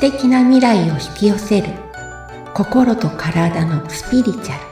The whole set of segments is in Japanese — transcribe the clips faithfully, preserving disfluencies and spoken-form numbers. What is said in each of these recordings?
敵な未来を引き寄せる心と体のスピリチュアル。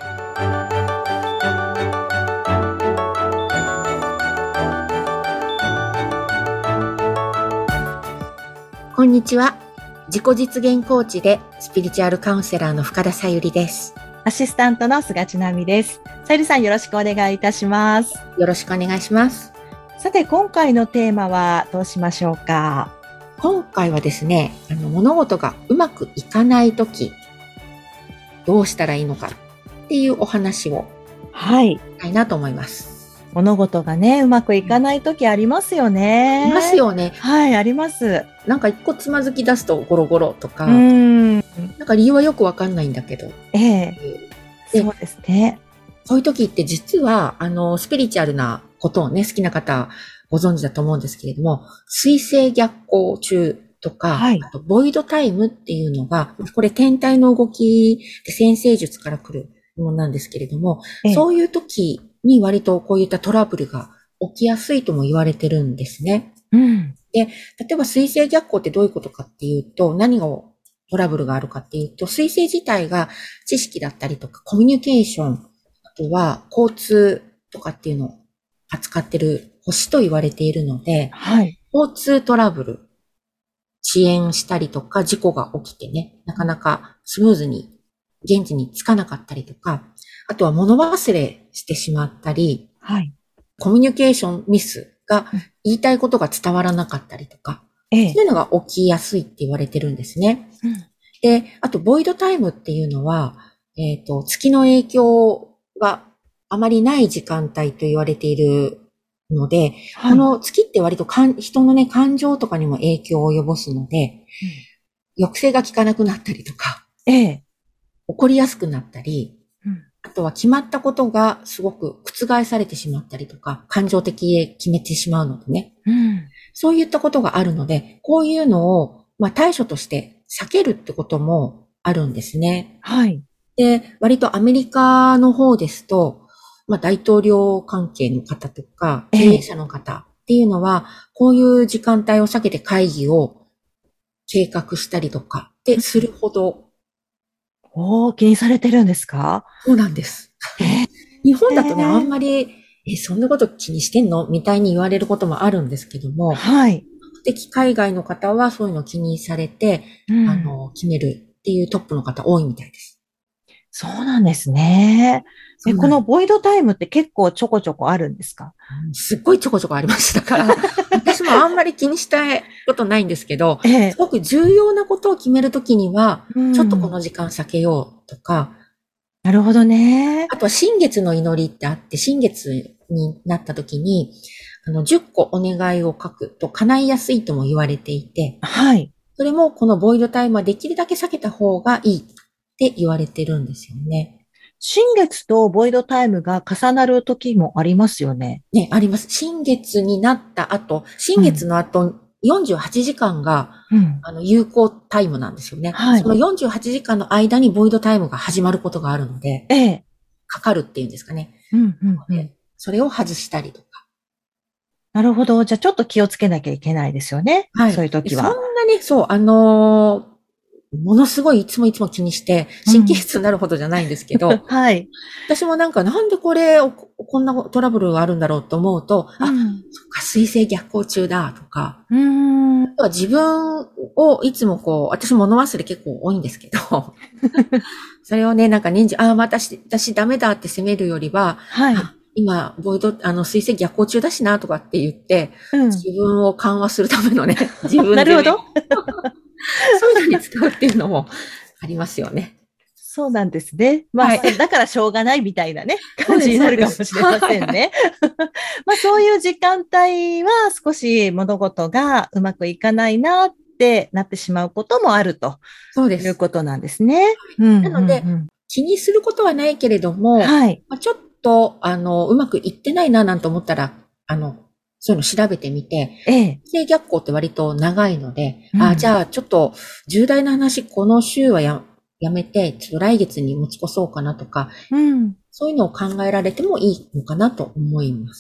こんにちは。自己実現コーチでスピリチュアルカウンセラーの深田さゆりです。 アシスタントの菅千奈美です。さゆりさん、よろしくお願いいたします。 よろしくお願いします。 さて、今回のテーマはどうしましょうか。 今回はですね、あの物事がうまくいかないとき、どうしたらいいのかっていうお話をはいしたいなと思います。 物事がね、うまくいかないときありますよね。 ありますよね。 はい、あります。 なんか一個つまずき出すとゴロゴロとか、 うーんなんか理由はよくわかんないんだけど。 ええ、そうですね。 そういう時って実は、あの、スピリチュアルなことをね、好きな方ご存知だと思うんですけれども、水星逆行中とか、はい、あと、ボイドタイムっていうのが、これ天体の動きで占星術から来るものなんですけれども、そういう時に割とこういったトラブルが起きやすいとも言われてるんですね。 うん、 で、例えば水星逆行ってどういうことかっていうと、何がトラブルがあるかっていうと、水星自体が知識だったりとかコミュニケーション、あとは交通とかっていうのを扱ってる星と言われているので、 はい、 交通トラブル、遅延したりとか事故が起きてね、なかなかスムーズに現地に着かなかったりとか、あとは物忘れしてしまったり、 はい、 コミュニケーションミスが言いたいことが伝わらなかったりとか、ええ、そういうのが起きやすいって言われてるんですね。うん、で、あと、ボイドタイムっていうのは、えっと、月の影響があまりない時間帯と言われているので、はい、この月って割とかん人のね、感情とかにも影響を及ぼすので、うん、抑制が効かなくなったりとか、ええ、怒りやすくなったり、うん、あとは決まったことがすごく覆されてしまったりとか、感情的で決めてしまうのでね、うん、そういったことがあるので、こういうのを、まあ、対処として避けるってこともあるんですね。 はい。 で、割とアメリカの方ですと、まあ、大統領関係の方とか、経営者の方っていうのは、こういう時間帯を避けて会議を計画したりとかってするほど。 おー、気にされてるんですか？ そうなんです。えー、日本だとね、あんまり、え、そんなこと気にしてんのみたいに言われることもあるんですけども、 はい。 的海外の方はそういうのを気にされて、うん、あの、決めるっていうトップの方多いみたいです。 そうなんですね。え、このボイドタイムって結構ちょこちょこあるんですか？ すっごいちょこちょこあります。だから、私もあんまり気にしたことないんですけど、ええ、すごく重要なことを決めるときには、うん、ちょっとこの時間避けようとか。 なるほどね。 あとは新月の祈りってあって、新月になったときに、あの、じゅっこお願いを書くと叶いやすいとも言われていて、 はい。 それもこのボイドタイムはできるだけ避けた方がいいって言われてるんですよね。 新月とボイドタイムが重なる時もありますよね。 ね、あります。新月になった後、新月の後、うん、よんじゅうはちじかんが、うん、あの、有効タイムなんですよね。はい。そのよんじゅうはちじかんの間にボイドタイムが始まることがあるので、ええ、かかるっていうんですかね。うんうんうん、それを外したりとか。 なるほど。じゃあちょっと気をつけなきゃいけないですよね。はい。そういう時は。 そんなに、そう、あのー、ものすごいいつもいつも気にして神経質になるほどじゃないんですけど、うん、はい。私もなんかなんでこれ、こんなトラブルがあるんだろうと思うと、うん、あ、そっか、水星逆行中だとか、うん、あとは自分をいつもこう、私物忘れ結構多いんですけど、それをね、なんか年中、あ、また私、私ダメだって責めるよりは、はい。今、ボイド、あの、水星逆行中だしなとかって言って、うん、自分を緩和するためのね、自分で、ね。 なるほど。 そういうのに使うっていうのもありますよね。 そうなんですね。まあ、はい、だからしょうがないみたいなね、感じになるかもしれませんね。まあ、そういう時間帯は少し物事がうまくいかないなってなってしまうこともあると。そうです。いうことなんですね。 うん、なので、うんうん、気にすることはないけれども、はい。まあ、ちょっと、あの、うまくいってないななんて思ったら、あの、そういうの調べてみて、ええ。水星逆行って割と長いので、うん、あ、じゃあちょっと重大な話、この週はや、やめて、ちょっと来月に持ち越そうかなとか、うん、そういうのを考えられてもいいのかなと思います。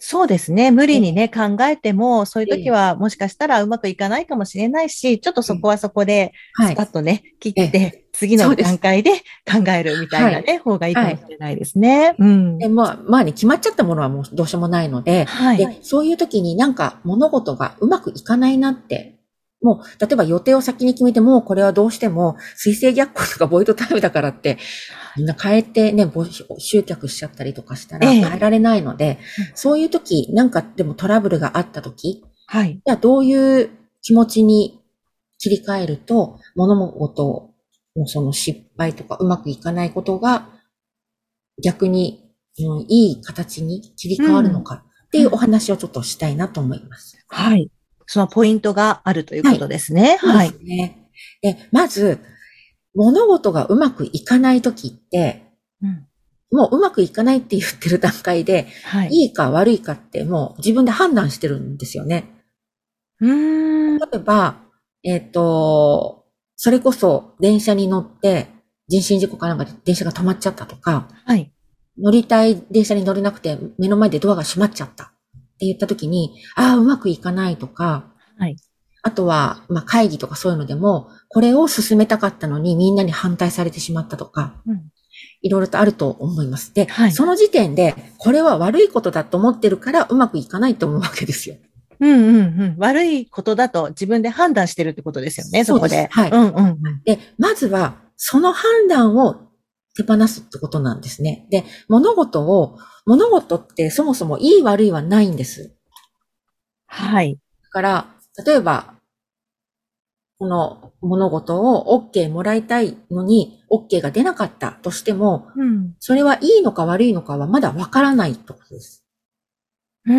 そうですね。無理にね、考えても、そういう時はもしかしたらうまくいかないかもしれないし、ちょっとそこはそこで、スはい。 パッとね、切ええ、 って、次のそうです。 段階で考えるみたいはい。 なね、方がいいかはい。 もしれないですね。うん。 で、まあ、まあね、決まっちゃったものはもうどうしようもないので、 はい。 で、そういう時になんか物事がうまくいかないなって、もう、例えば予定を先に決めて、もうこれはどうしても、水星逆行とかボイドタイムだからって、みんな変えてね、集客しちゃったりとかしたらええ。 変えられないので、 うん、 そういう時、なんかでもトラブルがあった時、 はい。 じゃあどういう気持ちに切り替えると、物事のその失敗とかうまくいかないことが逆に、うん、いい形に切りう替わるのん。 かっていうお話をちょっとしたいなと思います。 はい。そのポイントがあるというはい。 ことですね。 そうではい。 すね。で、まず、物事がうまくいかないときって、 うん。 もううまくいかないって言ってる段階で、 はい。 いいか悪いかってもう自分で判断してるんですよね。 うーん。 例えば、えっと、それこそ電車に乗って人身事故かなんかで電車が止まっちゃったとか、 はい。 乗りたい電車に乗れなくて目の前でドアが閉まっちゃったって言った時に、ああ、うまくいかないとか、 はい。 あとは、まあ、会議とかそういうのでも、これを進めたかったのにみんなに反対されてしまったとか、 うん。 いろいろとあると思います。で、 はい。 その時点で、これは悪いことだと思ってるからうまくいかないと思うわけですよ。 うんうんうん。悪いことだと自分で判断してるってことですよね、そそうです。 こで。 はい。 うんうんうん。 で、まずは、その判断を手放すってことなんですね。で、物事を、物事ってそもそもいい悪いはないんです。 はい。 だから、例えば、この物事を OK もらいたいのに OK が出なかったとしても、 うん。 それはいいのか悪いのかはまだわからないってことです。 うん。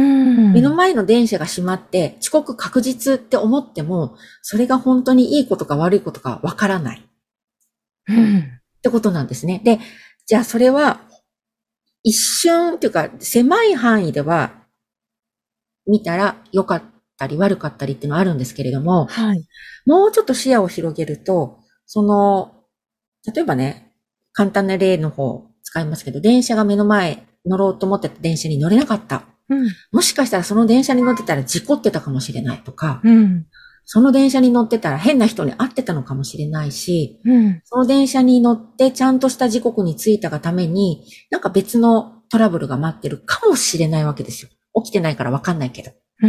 目の前の電車が閉まって遅刻確実って思っても、それが本当にいいことか悪いことかわからないっうん。 てことなんですね。で、じゃあそれは一瞬っていうか狭い範囲では見たら良かったり悪かったりっていうのはあるんですけれども、 はい。 もうちょっと視野を広げると、その、例えばね、簡単な例の方使いますけど、電車が目の前乗ろうと思ってた電車に乗れなかった。 うん。 もしかしたらその電車に乗ってたら事故ってたかもしれないとか、 うん。 その電車に乗ってたら変な人に会ってたのかもしれないし、 うん。 その電車に乗ってちゃんとした時刻に着いたがために、なんか別のトラブルが待ってるかもしれないわけですよ。起きてないからわかんないけど。 うん。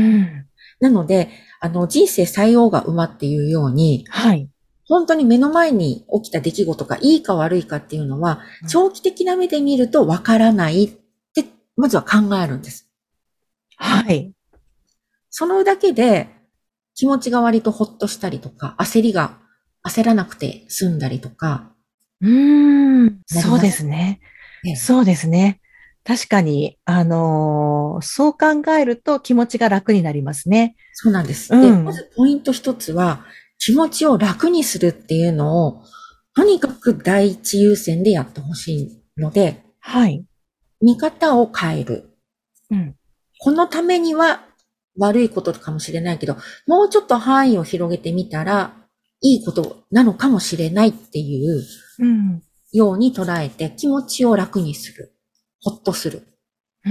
なので、あの、人生最大が馬っていうように、 はい。 本当に目の前に起きた出来事がいいか悪いかっていうのは、長期的な目で見るとわからないって、まずは考えるんです。 はい。 そのだけで気持ちが割とほっとしたりとか、焦りが焦らなくて済んだりとか、 うーん。そうでなります。 すね。 ね、 そうですね。確かに、あのーそう考えると気持ちが楽になりますね。 そうなんです。で、まうん。 ずポイント一つは、気持ちを楽にするっていうのを、とにかく第一優先でやってほしいので、 はい。 見方を変える。 うん。 このためには悪いことかもしれないけど、もうちょっと範囲を広げてみたら、いいことなのかもしれないっていううん。 ように捉えて気持ちを楽にする。ほっとする。 うん。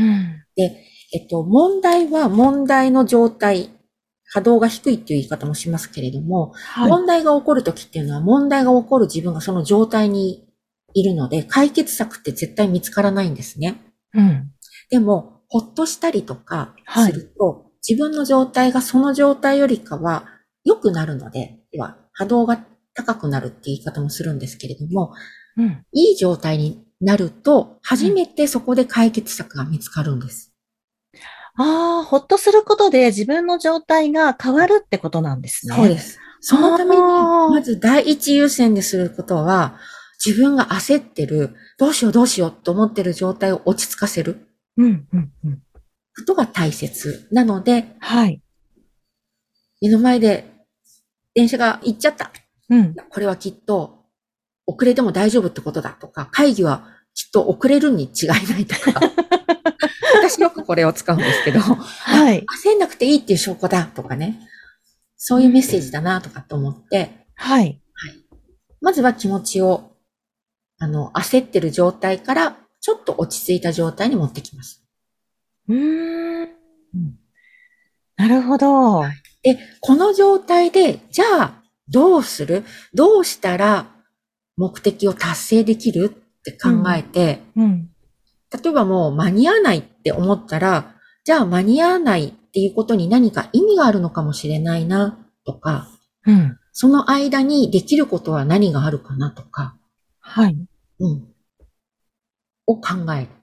で、えっと、問題は問題の状態、波動が低いっていう言い方もしますけれども、 はい。 問題が起こるときっていうのは問題が起こる自分がその状態にいるので、解決策って絶対見つからないんですね。 うん。 でも、ほっとしたりとかすはい。 ると、自分の状態がその状態よりかは良くなるので、では波動が高くなるって言い方もするんですけれども、 うん。 いい状態になると、 うん。 初めてそこで解決策が見つかるんです。 ああ、ほっとすることで自分の状態が変わるってことなんですね。 そうです。そのあために、まあ、 ず第一優先ですることは、自分が焦ってる、どうしようどうしようと思ってる状態を落ち着かせるうん、うん、うん。 ことが大切なので、 はい。 目の前で電車が行っちゃった。 うん。 これはきっと遅れても大丈夫ってことだとか、会議はきっと遅れるに違いないとか、私よくこれを使うんですけど、あ、 はい。 焦んなくていいっていう証拠だとかね、そういうメッセージだなとかと思って、 はい。 はい、まずは気持ちを、あの、焦ってる状態から、ちょっと落ち着いた状態に持ってきます。 うーん。 うん、なるほど。 で、この状態で、じゃあ、どうする？どうしたら目的を達成できるって考えて、うんうん、例えばもう間に合わないって思ったら、じゃあ間に合わないっていうことに何か意味があるのかもしれないな、とか、うん、その間にできることは何があるかなとか、 はい。 うん。を考える。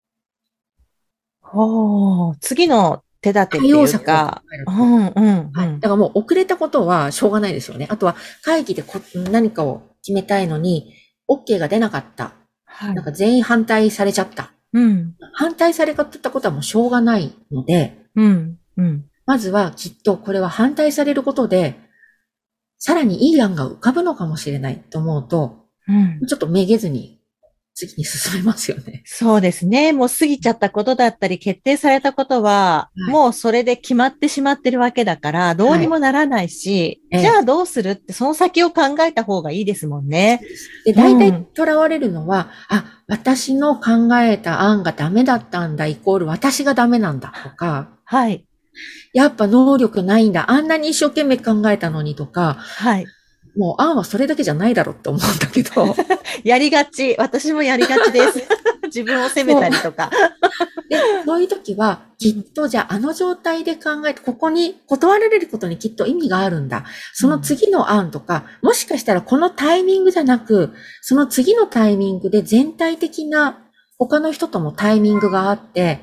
おー、次の手立てっていうか、うんうんうん、 はい。だからもう遅れたことはしょうがないですよね。あとは会議でこ何かを決めたいのに、OK が出なかった。はい、なんか全員反対されちゃった。うん、反対されたことはもうしょうがないので、うんうん、まずはきっとこれは反対されることで、さらにいい案が浮かぶのかもしれないと思うと、うん、ちょっとめげずに次に進めますよね。 そうですね。もう過ぎちゃったことだったり、決定されたことは、はい、もうそれで決まってしまってるわけだから、どうにもならないし、はい、じゃあどうするってその先を考えた方がいいですもんね。 で、大体囚われるのは、うん、あ、私の考えた案がダメだったんだ、イコール私がダメなんだとか、はい。やっぱ能力ないんだ、あんなに一生懸命考えたのにとか、はい。もう案はそれだけじゃないだろうって思うんだけど。 やりがち。私もやりがちです。自分を責めたりとか。 で、そういう時は、きっとじゃああの状態で考えて、ここに断られることにきっと意味があるんだ。その次の案とか、もしかしたらこのタイミングじゃなく、その次のタイミングで全体的な他の人ともタイミングがあって、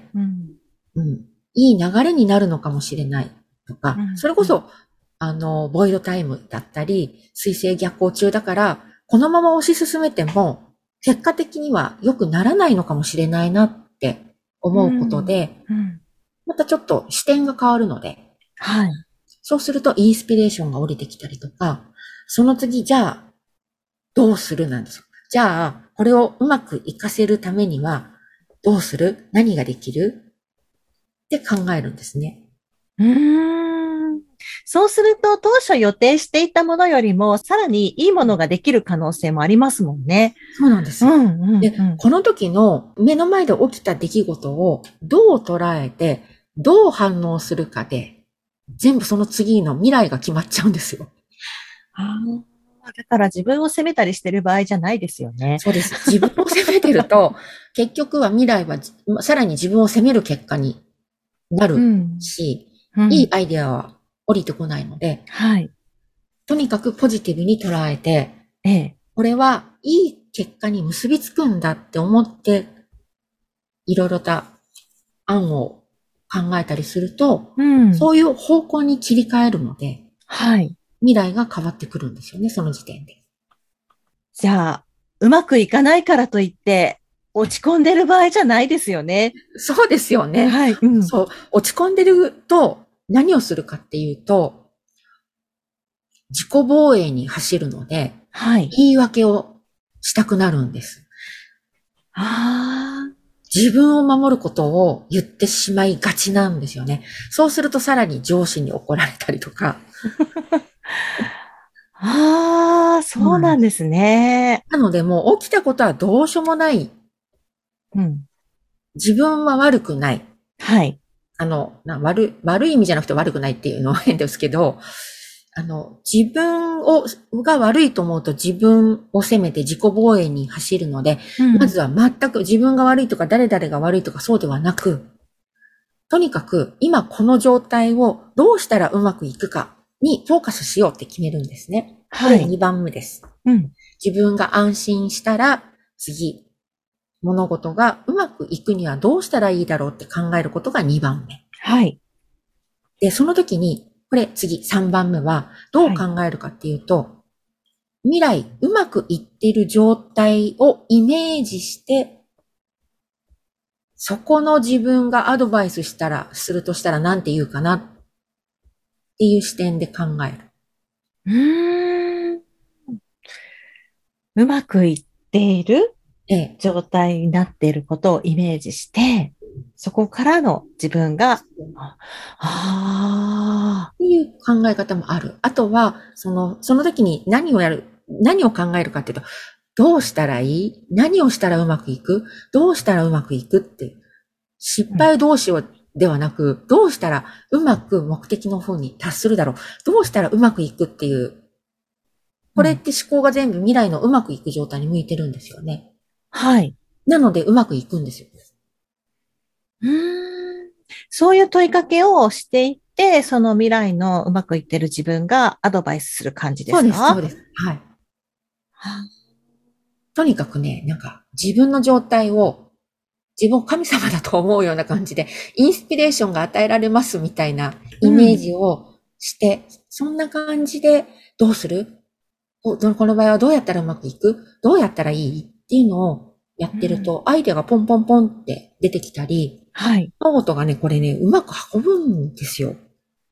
うんうん、いい流れになるのかもしれないとか、うん、それこそ、あの、ボイドタイムだったり、水星逆行中だから、このまま推し進めても、結果的には良くならないのかもしれないなって思うことで、うんうん、またちょっと視点が変わるので、はい。そうするとインスピレーションが降りてきたりとか、その次、じゃあ、どうするなんですよ。じゃあ、これをうまく活かせるためには、どうする？何ができる？って考えるんですね。 うーん。そうすると、当初予定していたものよりも、さらにいいものができる可能性もありますもんね。 そうなんです。うんうんうん、で、この時の目の前で起きた出来事をどう捉えて、どう反応するかで、全部その次の未来が決まっちゃうんですよ。 あだから自分を責めたりしてる場合じゃないですよね。 そうです。自分を責めてると、結局は未来はさらに自分を責める結果になるし、うんうん、いいアイデアは降りてこないので、はい、とにかくポジティブに捉えて、ええ、これはいい結果に結びつくんだって思って、いろいろと案を考えたりすると、うん、そういう方向に切り替えるので、はい、未来が変わってくるんですよね、その時点で。 じゃあ、うまくいかないからといって、落ち込んでる場合じゃないですよね。 そうですよね。はい。うん、そう。落ち込んでると何をするかっていうと、自己防衛に走るので、はい。言い訳をしたくなるんです。ああ。自分を守ることを言ってしまいがちなんですよね。そうするとさらに上司に怒られたりとか。 ああ、そうなんですね、 うん。なのでもう起きたことはどうしようもない。うん。自分は悪くない。はい。あの、な悪、悪い意味じゃなくて悪くないっていうのは変ですけど、あの、自分を、が悪いと思うと自分を責めて自己防衛に走るので、うん、まずは全く自分が悪いとか誰々が悪いとかそうではなく、とにかく今この状態をどうしたらうまくいくかにフォーカスしようって決めるんですね。はい。これにばんめです。うん。自分が安心したら次、物事がうまくいくにはどうしたらいいだろうって考えることがにばんめ。はい。で、その時に、これ次さんばんめはどう考えるかっていうと、はい、未来うまくいっている状態をイメージして、そこの自分がアドバイスしたら、するとしたら何て言うかなっていう視点で考える。 うーん。うまくいっている状態になっていることをイメージして、そこからの自分が、ああ。っていう考え方もある。あとは、その、その時に何をやる、何を考えるかっていうと、どうしたらいい？何をしたらうまくいく？どうしたらうまくいくって、失敗をどうしよう、 ではなく、どうしたらうまく目的の方に達するだろう。どうしたらうまくいくっていう。これって思考が全部未来のうまくいく状態に向いてるんですよね。 はい。 なのでうまくいくんですよ。 うーん。そういう問いかけをしていって、その未来のうまくいってる自分がアドバイスする感じですか？ そうです、そうです。はい。とにかくね、なんか自分の状態を自分を神様だと思うような感じで、インスピレーションが与えられますみたいなイメージをして、うん、そんな感じでどうする？この場合はどうやったらうまくいく？どうやったらいい？っていうのをやってると、アイデアがポンポンポンって出てきたり、 はい。 物事がね、これね、うまく運ぶんですよ。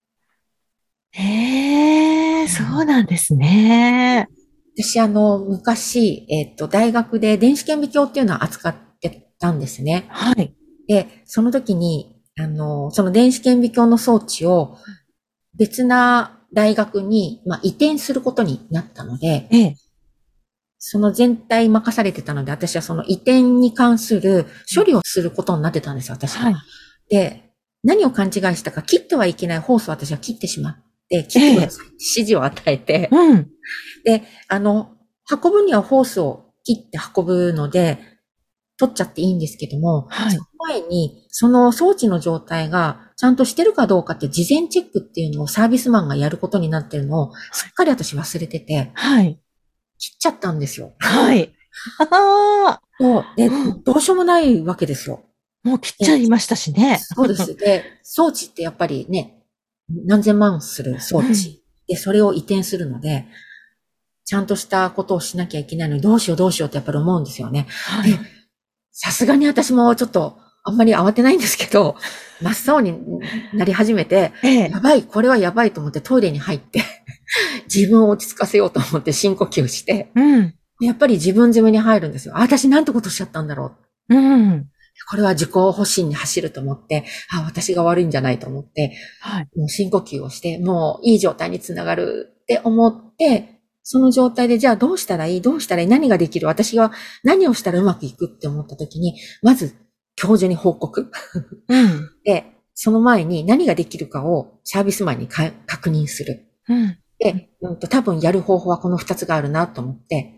へー、そうなんですね。 私、あの、昔、えっと、大学で電子顕微鏡っていうのを扱ってたんですね。 はい。 で、その時に、あの、その電子顕微鏡の装置を別な大学に、まあ、移転することになったので、 ええ、 その全体任されてたので、私はその移転に関する処理をすることになってたんですよ、私は。はい、で、何を勘違いしたか、切ってはいけないホースを私は切ってしまって、切ってくださいって指示を与えて、 ええ、うん、 で、あの、運ぶにはホースを切って運ぶので、取っちゃっていいんですけども、はい、その前に、その装置の状態がちゃんとしてるかどうかって事前チェックっていうのをサービスマンがやることになってるのを、すっかり私忘れてて、 はい。 切っちゃったんですよ。 はい。あそう。で、どうしようもないわけですよ。 もう切っちゃいましたしね。 そうです。で、装置ってやっぱりね、何千万する装置。で、それを移転するので、ちゃんとしたことをしなきゃいけないのに、どうしようどうしようってやっぱり思うんですよね。はい、で、さすがに私もちょっと、あんまり慌てないんですけど、真っ青になり始めて、ええ、やばい、これはやばいと思ってトイレに入って、自分を落ち着かせようと思って深呼吸して、うん、やっぱり自分攻めに入るんですよ。あ、私なんてことしちゃったんだろう。うん、これは自己保身に走ると思って、あ、私が悪いんじゃないと思って、はい、もう深呼吸をして、もういい状態につながるって思って、その状態で、じゃあどうしたらいい？どうしたらいい？何ができる？私は何をしたらうまくいくって思った時に、まず、教授に報告。うん、で、その前に何ができるかをサービスマンに確認する。うん、で、うん、と多分やる方法はこの二つがあるなと思って、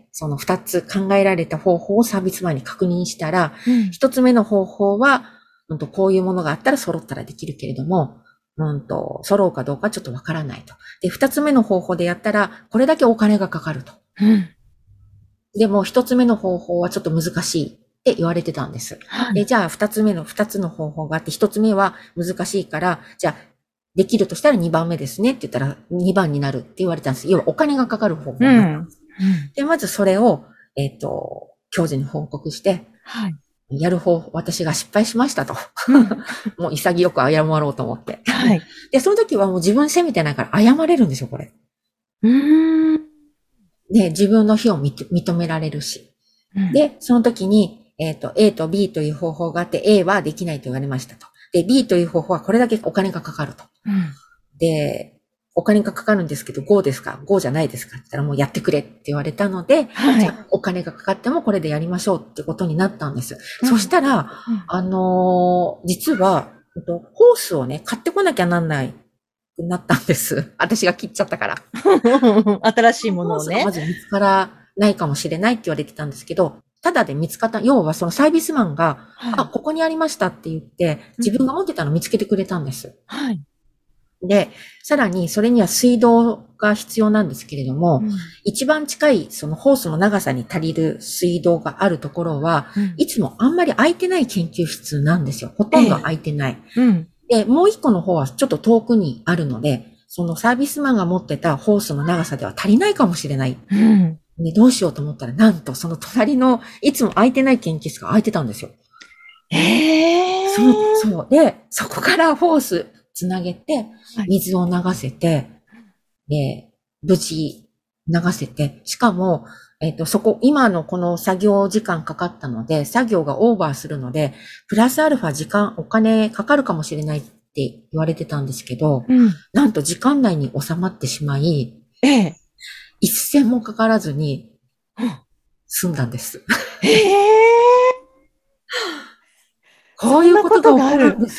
その二つ考えられた方法をサービスマンに確認したら、一、うん、つ目の方法は、うん、とこういうものがあったら揃ったらできるけれども、うんと、揃うかどうかちょっとわからないと。で、二つ目の方法でやったら、これだけお金がかかると。うん、でも、一つ目の方法はちょっと難しいって言われてたんです。はい、で、じゃあ、二つ目の、二つの方法があって、一つ目は難しいから、じゃあ、できるとしたら二番目ですねって言ったら、二番になるって言われたんです。要はお金がかかる方法になったんです。うんうん、で、まずそれを、えっと、教授に報告して、はい、やる方法、私が失敗しましたと。もう潔く謝ろうと思って。はい。で、その時はもう自分責めてないから謝れるんですよ、これ。うーん。で、自分の非を認められるし。うん、で、その時に、えっと、A と B という方法があって、A はできないと言われましたと。で、B という方法はこれだけお金がかかると。うん、で、お金がかかるんですけど、ごですか ?ご じゃないですかって言ったらもうやってくれって言われたので、はい、じゃあお金がかかってもこれでやりましょうってことになったんです。うん、そしたら、うん、あのー、実は、ホースをね、買ってこなきゃなんないくなったんです。私が切っちゃったから。 新しいものをね。 ホースがまず見つからないかもしれないって言われてたんですけど、ただで見つかった、要はそのサービスマンが、はい、あ、ここにありましたって言って、自分が持ってたのを見つけてくれたんです。はい。で、さらにそれには水道が必要なんですけれども、うん、一番近いそのホースの長さに足りる水道があるところは、うん、いつもあんまり空いてない研究室なんですよ。ほとんど空いてない。えーうん、で、もう一個の方はちょっと遠くにあるので、そのサービスマンが持ってたホースの長さでは足りないかもしれない。うん、でどうしようと思ったら、なんとその隣のいつも空いてない研究室が空いてたんですよ。 えー、 そう、そう。で、そこからホースつなげて、水を流せて、はい、で、無事流せて、しかも、えっと、そこ、今のこの作業時間かかったので、作業がオーバーするので、プラスアルファ時間、お金かかるかもしれないって言われてたんですけど、うん、なんと時間内に収まってしまい、ええ、一銭もかからずに、済んだんです。ええー、こういうことが起こるんですよ。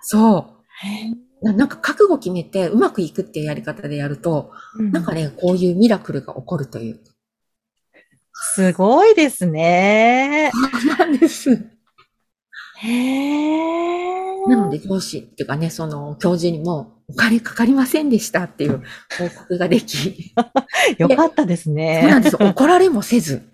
そう。なんか覚悟決めてうまくいくっていうやり方でやると、うん、なんかね、こういうミラクルが起こるという。 すごいですね。 そうなんです。 へー。 なので上司っていうかね、その教授にもお金かかりませんでしたっていう報告ができ。 よかったですね。 そうなんです。怒られもせず。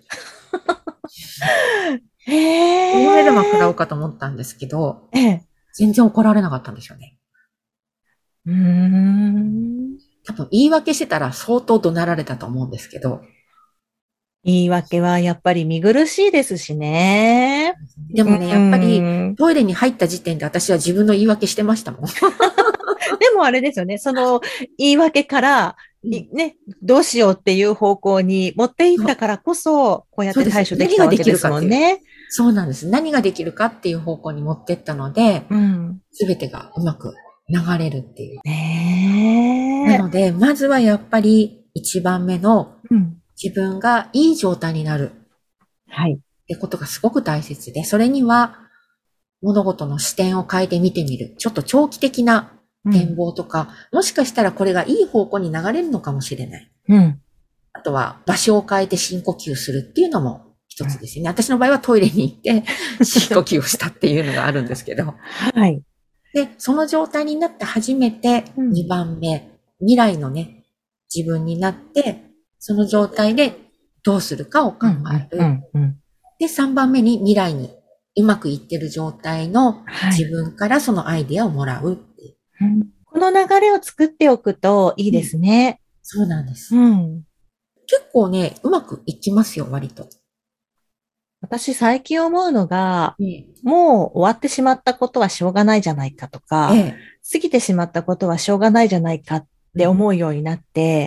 へー。 お前でも食らおうかと思ったんですけど、 ええ、 全然怒られなかったんですよね。 うーん。 多分言い訳してたら相当怒鳴られたと思うんですけど。 言い訳はやっぱり見苦しいですしね。 でもね、やっぱりトイレに入った時点で私は自分の言い訳してましたもん。 でもあれですよね、その言い訳から、うん、ね、どうしようっていう方向に持っていったからこそ、こうやって対処できたわけですもんね。 そうなんです。何ができるかっていう方向に持っていったので、 うん、 全てがうまく流れるっていう。 ね、 なので、まずはやっぱり一番目の、自分がいい状態になる。 はい。 ってことがすごく大切で、それには物事の視点を変えて見てみる。ちょっと長期的な展望とか、うん、もしかしたらこれがいい方向に流れるのかもしれない。 うん、 あとは場所を変えて深呼吸するっていうのも一つですね。うん、私の場合はトイレに行って深呼吸をしたっていうのがあるんですけど。 はい。 で、その状態になって初めてにばんめ、うん、未来のね、自分になって、その状態でどうするかを考える。うんうんうん、で、さんばんめに未来にうまくいってる状態の自分からそのアイディアをもらうっていう、 はい、うん。この流れを作っておくといいですね。 うん、そうなんです、 うん。 結構ね、うまくいきますよ、割と。 私最近思うのが、ええ、もう終わってしまったことはしょうがないじゃないかとか、ええ、過ぎてしまったことはしょうがないじゃないかって思うようになって、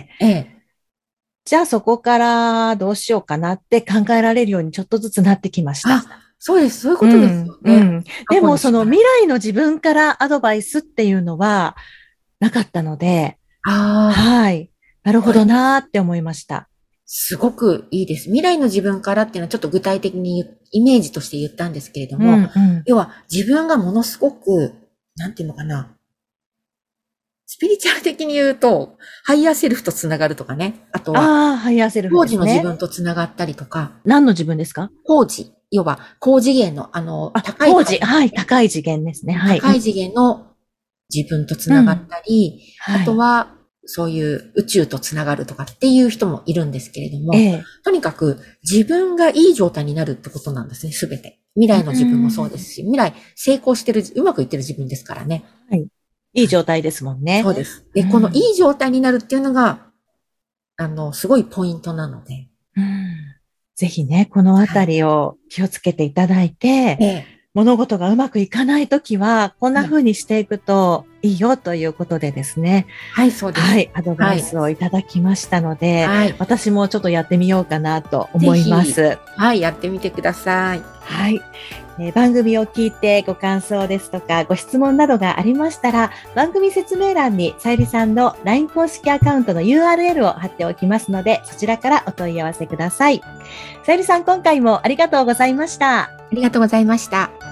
うん、ええ、じゃあそこからどうしようかなって考えられるようにちょっとずつなってきました。 あ、そうです。そういうことですよね。 うんうん、でもその未来の自分からアドバイスっていうのはなかったので、はい。なるほどなーって思いました。 すごくいいです。未来の自分からっていうのはちょっと具体的にイメージとして言ったんですけれども、うんうん、要は自分がものすごく、なんていうのかな、スピリチュアル的に言うと、ハイヤーセルフとつながるとかね。あとは、 ああ、ハイヤーセルフですね。 工事の自分とつながったりとか。 何の自分ですか？ 工事。要は、高次元の、あの、 あ高い。工事。はい、高い次元ですね。はい。 高い次元の自分とつながったり、うんはい、あとは、そういう宇宙とつながるとかっていう人もいるんですけれども、ええ、とにかく自分がいい状態になるってことなんですね、すべて。未来の自分もそうですし、未来成功してる、うまくいってる自分ですからね。 はい。いい状態ですもんね。 そうです。で、うん、このいい状態になるっていうのが、あの、すごいポイントなので。 うん、ぜひね、このあたりを気をつけていただいて、はいええ、物事がうまくいかないときは、こんな風にしていくといいよということでですね。 はい、そうです。 はい、アドバイスをいただきましたので、はい、私もちょっとやってみようかなと思います。 はい、やってみてください。 はい。えー、番組を聞いてご感想ですとかご質問などがありましたら、番組説明欄にさゆりさんの ライン 公式アカウントの ユーアールエル を貼っておきますので、そちらからお問い合わせください。さゆりさん、今回もありがとうございました。 ありがとうございました。